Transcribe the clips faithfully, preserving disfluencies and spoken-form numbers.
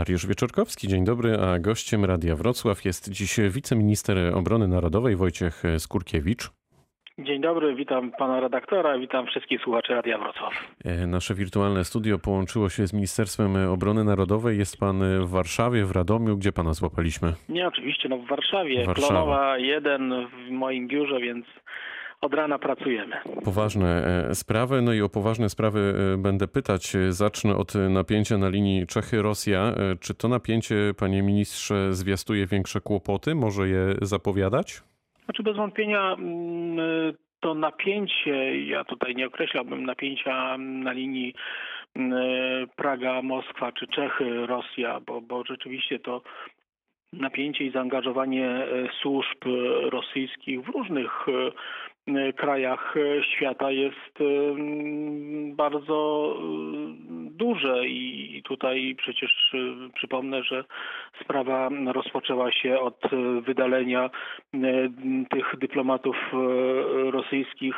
Dariusz Wieczorkowski, dzień dobry, a gościem Radia Wrocław jest dziś wiceminister obrony narodowej Wojciech Skurkiewicz. Dzień dobry, witam pana redaktora, witam wszystkich słuchaczy Radia Wrocław. Nasze wirtualne studio połączyło się z Ministerstwem Obrony Narodowej. Jest pan w Warszawie, w Radomiu. Gdzie pana złapaliśmy? Nie, oczywiście, no w Warszawie, Warszawa. Klonowa jeden w moim biurze, więc od rana pracujemy. Poważne sprawy, no i o poważne sprawy będę pytać. Zacznę od napięcia na linii Czechy-Rosja. Czy to napięcie, panie ministrze, zwiastuje większe kłopoty? Może je zapowiadać? Znaczy bez wątpienia to napięcie, ja tutaj nie określałbym napięcia na linii Praga-Moskwa czy Czechy-Rosja, bo, bo rzeczywiście to napięcie i zaangażowanie służb rosyjskich w różnych krajach świata jest bardzo duże i tutaj przecież przypomnę, że sprawa rozpoczęła się od wydalenia tych dyplomatów rosyjskich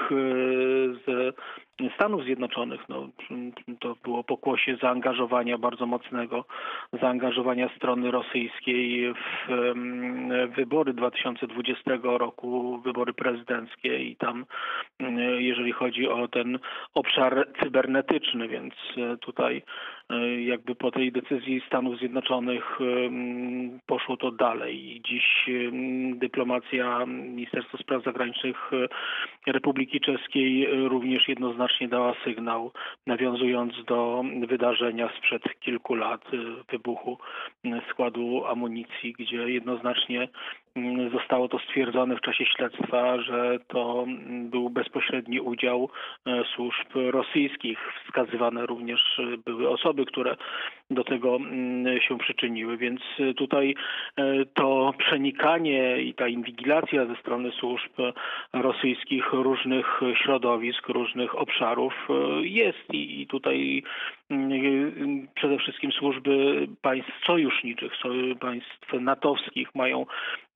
z Stanów Zjednoczonych. No, to było pokłosie zaangażowania bardzo mocnego, zaangażowania strony rosyjskiej w wybory dwa tysiące dwudziestego roku, wybory prezydenckie i tam jeżeli chodzi o ten obszar cybernetyczny, więc tutaj jakby po tej decyzji Stanów Zjednoczonych poszło to dalej i dziś dyplomacja Ministerstwa Spraw Zagranicznych Republiki Czeskiej również jednoznacznie dała sygnał, nawiązując do wydarzenia sprzed kilku lat, wybuchu składu amunicji, gdzie jednoznacznie zostało to stwierdzone w czasie śledztwa, że to był bezpośredni udział służb rosyjskich. Wskazywane również były osoby, które do tego się przyczyniły, więc tutaj to przenikanie i ta inwigilacja ze strony służb rosyjskich różnych środowisk, różnych obszarów jest i tutaj przede wszystkim służby państw sojuszniczych, państw natowskich mają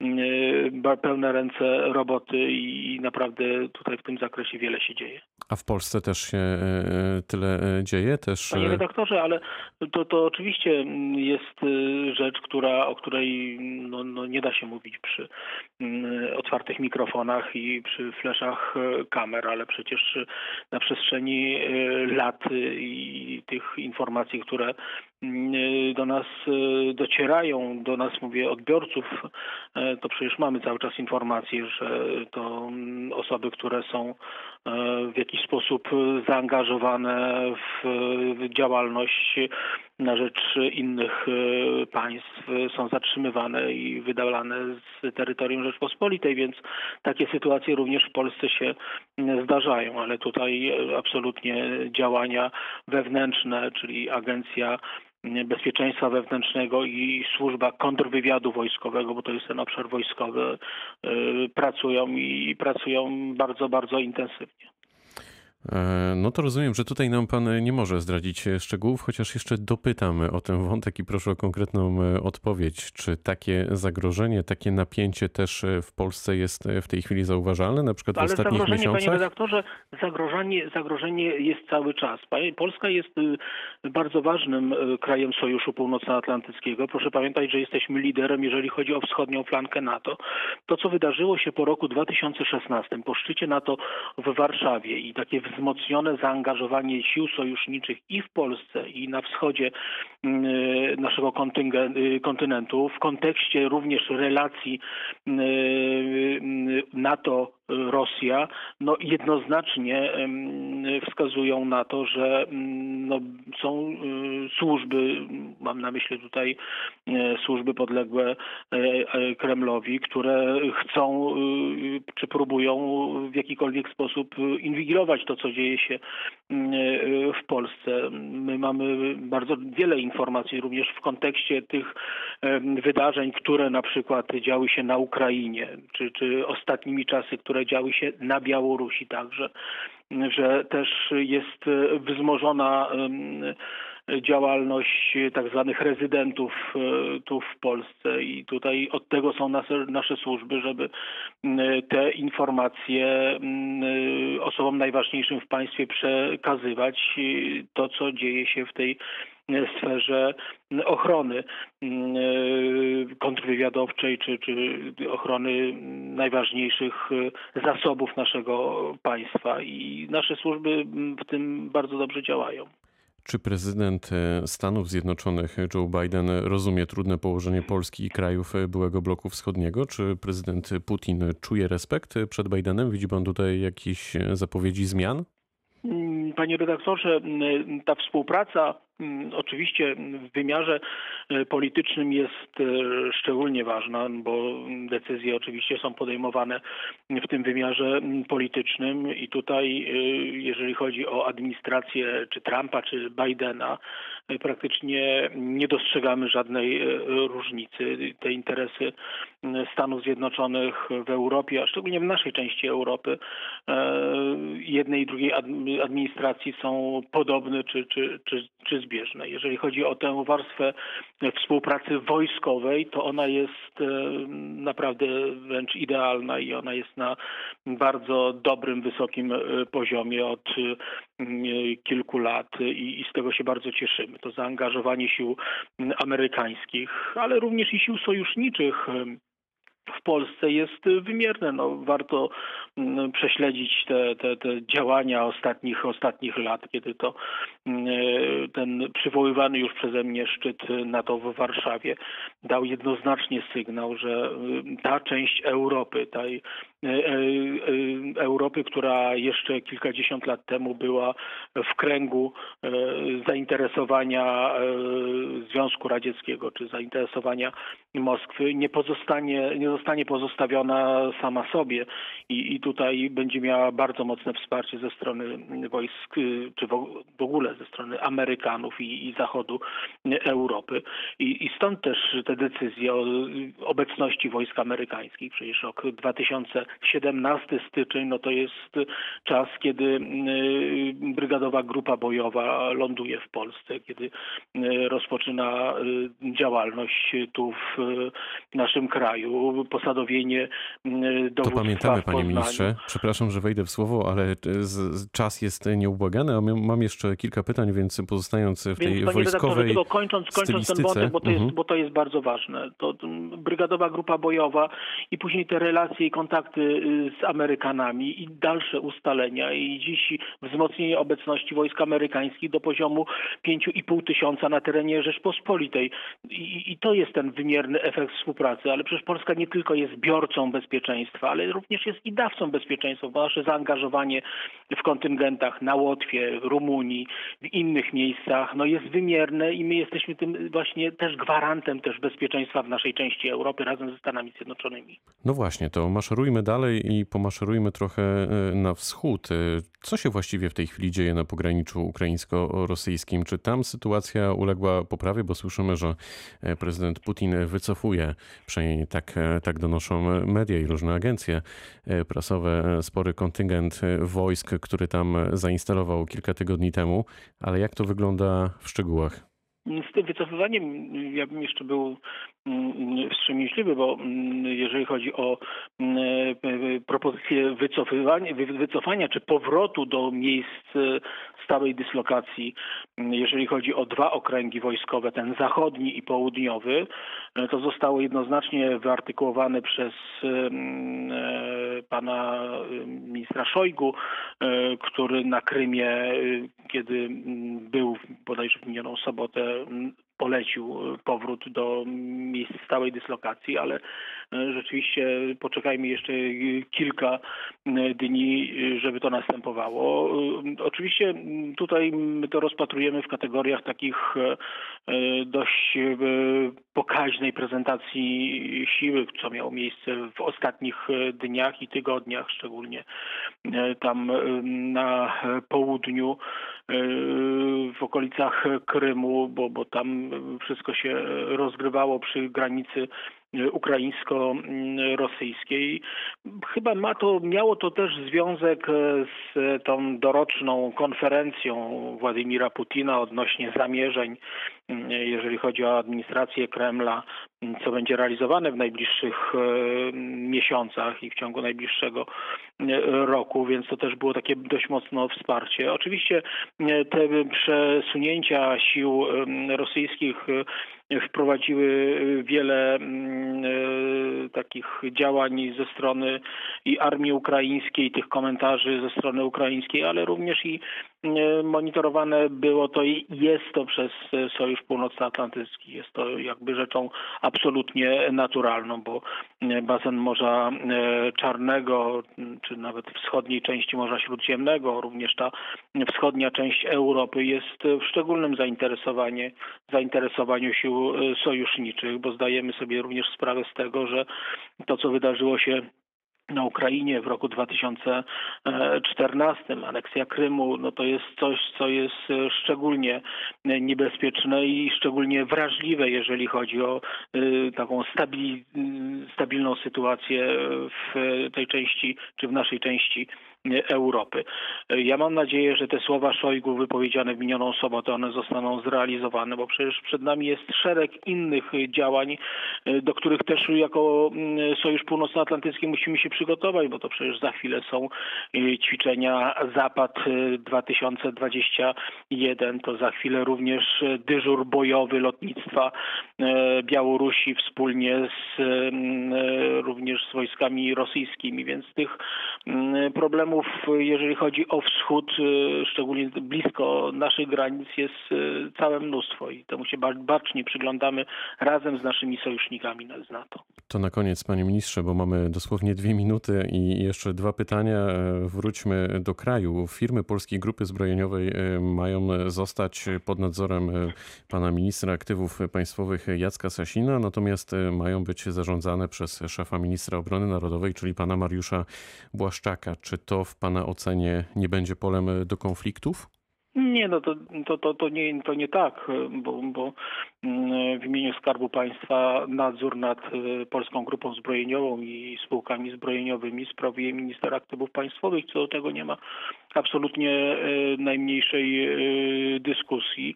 pełne ręce roboty i naprawdę tutaj w tym zakresie wiele się dzieje. A w Polsce też się tyle dzieje? Też... Panie redaktorze, ale to, to oczywiście jest rzecz, która, o której no, no nie da się mówić przy otwartych mikrofonach i przy fleszach kamer, ale przecież na przestrzeni lat i tych informacji, które do nas docierają, do nas mówię odbiorców, to przecież mamy cały czas informacje, że to osoby, które są w jakiś sposób zaangażowane w działalność na rzecz innych państw są zatrzymywane i wydalane z terytorium Rzeczpospolitej, więc takie sytuacje również w Polsce się zdarzają, ale tutaj absolutnie działania wewnętrzne, czyli Agencja Bezpieczeństwa Wewnętrznego i Służba Kontrwywiadu Wojskowego, bo to jest ten obszar wojskowy, pracują i pracują bardzo, bardzo intensywnie. No to rozumiem, że tutaj nam pan nie może zdradzić szczegółów, chociaż jeszcze dopytam o ten wątek i proszę o konkretną odpowiedź. Czy takie zagrożenie, takie napięcie też w Polsce jest w tej chwili zauważalne, na przykład w Ale ostatnich zagrożenie, miesiącach? Panie redaktorze, zagrożenie, zagrożenie jest cały czas. Polska jest bardzo ważnym krajem Sojuszu Północnoatlantyckiego. Proszę pamiętać, że jesteśmy liderem, jeżeli chodzi o wschodnią flankę NATO. To, co wydarzyło się po roku dwa tysiące szesnastym, po szczycie NATO w Warszawie i takie wzmocnione zaangażowanie sił sojuszniczych i w Polsce, i na wschodzie naszego kontynentu, w kontekście również relacji NATO-Rosja, no jednoznacznie wskazują na to, że no, są służby, mam na myśli tutaj służby podległe Kremlowi, które chcą czy próbują w jakikolwiek sposób inwigilować to, co dzieje się w Polsce. My mamy bardzo wiele informacji również w kontekście tych wydarzeń, które na przykład działy się na Ukrainie, czy, czy ostatnimi czasy, które działy się na Białorusi także, że też jest wzmożona działalność tak zwanych rezydentów tu w Polsce i tutaj od tego są nasze, nasze służby, żeby te informacje osobom najważniejszym w państwie przekazywać, to co dzieje się w tej sferze ochrony kontrwywiadowczej czy, czy ochrony najważniejszych zasobów naszego państwa i nasze służby w tym bardzo dobrze działają. Czy prezydent Stanów Zjednoczonych Joe Biden rozumie trudne położenie Polski i krajów byłego bloku wschodniego? Czy prezydent Putin czuje respekt przed Bidenem? Widzi pan tutaj jakieś zapowiedzi zmian? Panie redaktorze, ta współpraca oczywiście w wymiarze politycznym jest szczególnie ważna, bo decyzje oczywiście są podejmowane w tym wymiarze politycznym i tutaj, jeżeli chodzi o administrację czy Trumpa, czy Bidena, praktycznie nie dostrzegamy żadnej różnicy. Te interesy Stanów Zjednoczonych w Europie, a szczególnie w naszej części Europy, jednej i drugiej administracji są podobne czy, czy, czy, czy zbieżne. Jeżeli chodzi o tę warstwę współpracy wojskowej, to ona jest naprawdę wręcz idealna i ona jest na bardzo dobrym, wysokim poziomie od kilku lat i, i z tego się bardzo cieszymy. To zaangażowanie sił amerykańskich, ale również i sił sojuszniczych w Polsce jest wymierne. No, warto prześledzić te, te, te działania ostatnich, ostatnich lat, kiedy to ten przywoływany już przeze mnie szczyt NATO w Warszawie dał jednoznacznie sygnał, że ta część Europy, tej Europy, która jeszcze kilkadziesiąt lat temu była w kręgu zainteresowania Związku Radzieckiego czy zainteresowania Moskwy, nie pozostanie, nie zostanie pozostawiona sama sobie i, i tutaj będzie miała bardzo mocne wsparcie ze strony wojsk, czy w ogóle ze strony Amerykanów i, i Zachodu Europy. I, i stąd też te decyzje o obecności wojsk amerykańskich. Przecież rok dwa tysiące siedemnasty styczeń, no to jest czas, kiedy Brygadowa Grupa Bojowa ląduje w Polsce, kiedy rozpoczyna działalność tu w naszym kraju, posadowienie dowództwa. To pamiętamy, w panie Poznaniu. ministrze. Przepraszam, że wejdę w słowo, ale z, czas jest nieubłagany, a mam jeszcze kilka pytań, więc pozostając w tej Więc, panie wojskowej tylko kończąc, kończąc ten wątek, bo to, jest, mhm. bo to jest bardzo ważne. To Brygadowa Grupa Bojowa i później te relacje i kontakty z Amerykanami i dalsze ustalenia i dziś wzmocnienie obecności wojsk amerykańskich do poziomu pięciu i pół tysiąca na terenie Rzeczpospolitej. I, I to jest ten wymierny efekt współpracy, ale przecież Polska nie tylko jest biorcą bezpieczeństwa, ale również jest i dawcą bezpieczeństwa, bo nasze zaangażowanie w kontyngentach na Łotwie, w Rumunii, w innych miejscach, no jest wymierne i my jesteśmy tym właśnie też gwarantem też bezpieczeństwa w naszej części Europy razem ze Stanami Zjednoczonymi. No właśnie, to maszerujmy dalej i pomaszerujmy trochę na wschód. Co się właściwie w tej chwili dzieje na pograniczu ukraińsko-rosyjskim? Czy tam sytuacja uległa poprawie? Bo słyszymy, że prezydent Putin wycofuje, przynajmniej tak, tak donoszą media i różne agencje prasowe, spory kontyngent wojsk, który tam zainstalował kilka tygodni temu. Ale jak to wygląda w szczegółach? Z tym wycofywaniem ja bym jeszcze był wstrzemięźliwy, bo jeżeli chodzi o propozycję wycofywania, wycofania czy powrotu do miejsc stałej dyslokacji, jeżeli chodzi o dwa okręgi wojskowe, ten zachodni i południowy, to zostało jednoznacznie wyartykułowane przez pana ministra Szojgu, który na Krymie, kiedy był bodajże w minioną sobotę, polecił powrót do miejsc stałej dyslokacji, ale rzeczywiście poczekajmy jeszcze kilka dni, żeby to następowało. Oczywiście tutaj my to rozpatrujemy w kategoriach takich dość pokaźnej prezentacji siły, co miało miejsce w ostatnich dniach i tygodniach, szczególnie tam na południu, w okolicach Krymu, bo, bo tam wszystko się rozgrywało przy granicy ukraińsko-rosyjskiej. Chyba ma to, miało to też związek z tą doroczną konferencją Władimira Putina odnośnie zamierzeń, jeżeli chodzi o administrację Kremla, co będzie realizowane w najbliższych miesiącach i w ciągu najbliższego roku, więc to też było takie dość mocno wsparcie. Oczywiście te przesunięcia sił rosyjskich wprowadziły wiele takich działań ze strony i armii ukraińskiej, tych komentarzy ze strony ukraińskiej, ale również i monitorowane było to i jest to przez Sojusz Północnoatlantycki. Jest to jakby rzeczą absolutnie naturalną, bo basen Morza Czarnego, czy nawet wschodniej części Morza Śródziemnego, również ta wschodnia część Europy jest w szczególnym zainteresowanie, zainteresowaniu sił sojuszniczych, bo zdajemy sobie również sprawę z tego, że to, co wydarzyło się na Ukrainie w roku dwa tysiące czternastym, aneksja Krymu, no to jest coś, co jest szczególnie niebezpieczne i szczególnie wrażliwe, jeżeli chodzi o taką stabil, stabilną sytuację w tej części, czy w naszej części Europy. Ja mam nadzieję, że te słowa Szojgu wypowiedziane w minioną sobotę, one zostaną zrealizowane, bo przecież przed nami jest szereg innych działań, do których też jako Sojusz Północnoatlantycki musimy się przygotować, bo to przecież za chwilę są ćwiczenia Zapad dwa tysiące dwudziesty pierwszy, to za chwilę również dyżur bojowy lotnictwa Białorusi wspólnie z również z wojskami rosyjskimi, więc tych problemów, jeżeli chodzi o wschód, szczególnie blisko naszych granic, jest całe mnóstwo i temu się bacznie przyglądamy razem z naszymi sojusznikami z NATO. To na koniec, panie ministrze, bo mamy dosłownie dwie minuty i jeszcze dwa pytania. Wróćmy do kraju. Firmy Polskiej Grupy Zbrojeniowej mają zostać pod nadzorem pana ministra aktywów państwowych Jacka Sasina, natomiast mają być zarządzane przez szefa ministra obrony narodowej, czyli pana Mariusza Błaszczaka. Czy to w pana ocenie nie będzie polem do konfliktów? Nie, no to, to, to, to, nie, to nie tak, bo, bo w imieniu Skarbu Państwa nadzór nad Polską Grupą Zbrojeniową i spółkami zbrojeniowymi sprawuje minister aktywów państwowych, co do tego nie ma absolutnie najmniejszej dyskusji.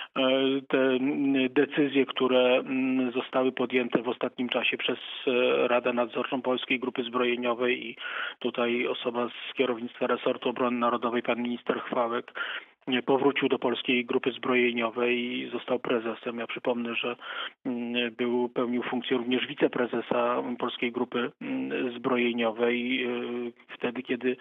Te decyzje, które zostały podjęte w ostatnim czasie przez Radę Nadzorczą Polskiej Grupy Zbrojeniowej i tutaj osoba z kierownictwa resortu obrony narodowej, pan minister Chwałek, powrócił do Polskiej Grupy Zbrojeniowej i został prezesem. Ja przypomnę, że był, pełnił funkcję również wiceprezesa Polskiej Grupy Zbrojeniowej wtedy, kiedy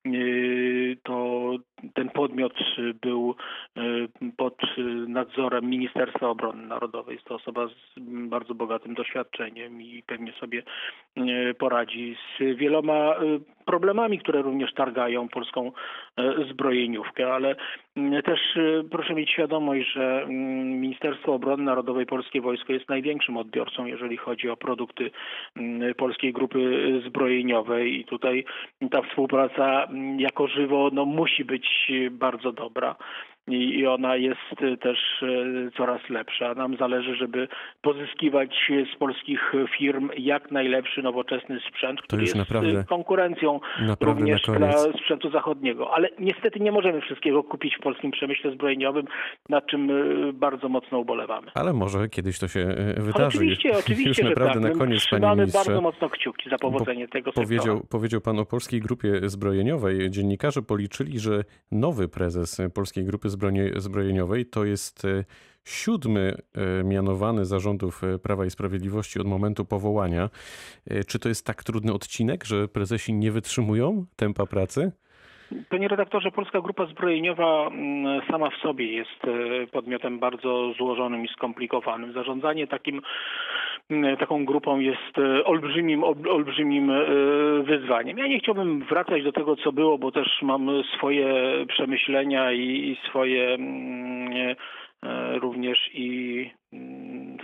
to ten podmiot był pod nadzorem Ministerstwa Obrony Narodowej. Jest to osoba z bardzo bogatym doświadczeniem i pewnie sobie poradzi z wieloma problemami, które również targają polską zbrojeniówkę, ale też proszę mieć świadomość, że Ministerstwo Obrony Narodowej, Polskie Wojsko jest największym odbiorcą, jeżeli chodzi o produkty Polskiej Grupy Zbrojeniowej i tutaj ta współpraca jako żywo no, musi być bardzo dobra. I ona jest też coraz lepsza. Nam zależy, żeby pozyskiwać z polskich firm jak najlepszy, nowoczesny sprzęt, który jest naprawdę, konkurencją naprawdę również dla sprzętu zachodniego. Ale niestety nie możemy wszystkiego kupić w polskim przemyśle zbrojeniowym, nad czym bardzo mocno ubolewamy. Ale może kiedyś to się wydarzy. Oczywiście, oczywiście, Już że naprawdę tak. na koniec, trzymamy panie ministrze, bardzo mocno kciuki za powodzenie tego powiedział, sektora. powiedział pan o Polskiej Grupie Zbrojeniowej. Dziennikarze policzyli, że nowy prezes Polskiej Grupy Zbrojeniowej to jest siódmy mianowany za rządów Prawa i Sprawiedliwości od momentu powołania. Czy to jest tak trudny odcinek, że prezesi nie wytrzymują tempa pracy? Panie redaktorze, Polska Grupa Zbrojeniowa sama w sobie jest podmiotem bardzo złożonym i skomplikowanym. Zarządzanie takim, taką grupą jest olbrzymim, olbrzymim wyzwaniem. Ja nie chciałbym wracać do tego, co było, bo też mam swoje przemyślenia i swoje również i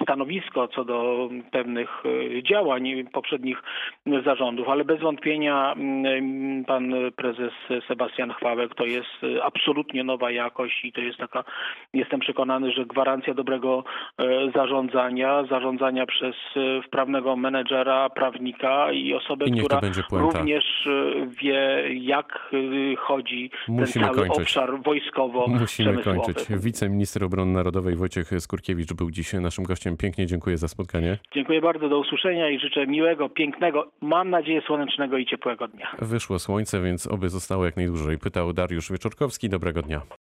stanowisko co do pewnych działań poprzednich zarządów, ale bez wątpienia pan prezes Sebastian Chwałek to jest absolutnie nowa jakość i to jest taka, jestem przekonany, że gwarancja dobrego zarządzania, zarządzania przez wprawnego menedżera, prawnika i osobę, I niech to która będzie puenta. również wie, jak chodzi Musimy ten cały kończyć. obszar Musimy wojskowo-przemysłowy. kończyć. Wiceminister Obrony Narodowej Wojciech Skurkiewicz był dziś naszym gościem. Pięknie dziękuję za spotkanie. Dziękuję bardzo, do usłyszenia i życzę miłego, pięknego, mam nadzieję słonecznego i ciepłego dnia. Wyszło słońce, więc oby zostało jak najdłużej. Pytał Dariusz Wieczorkowski. Dobrego dnia.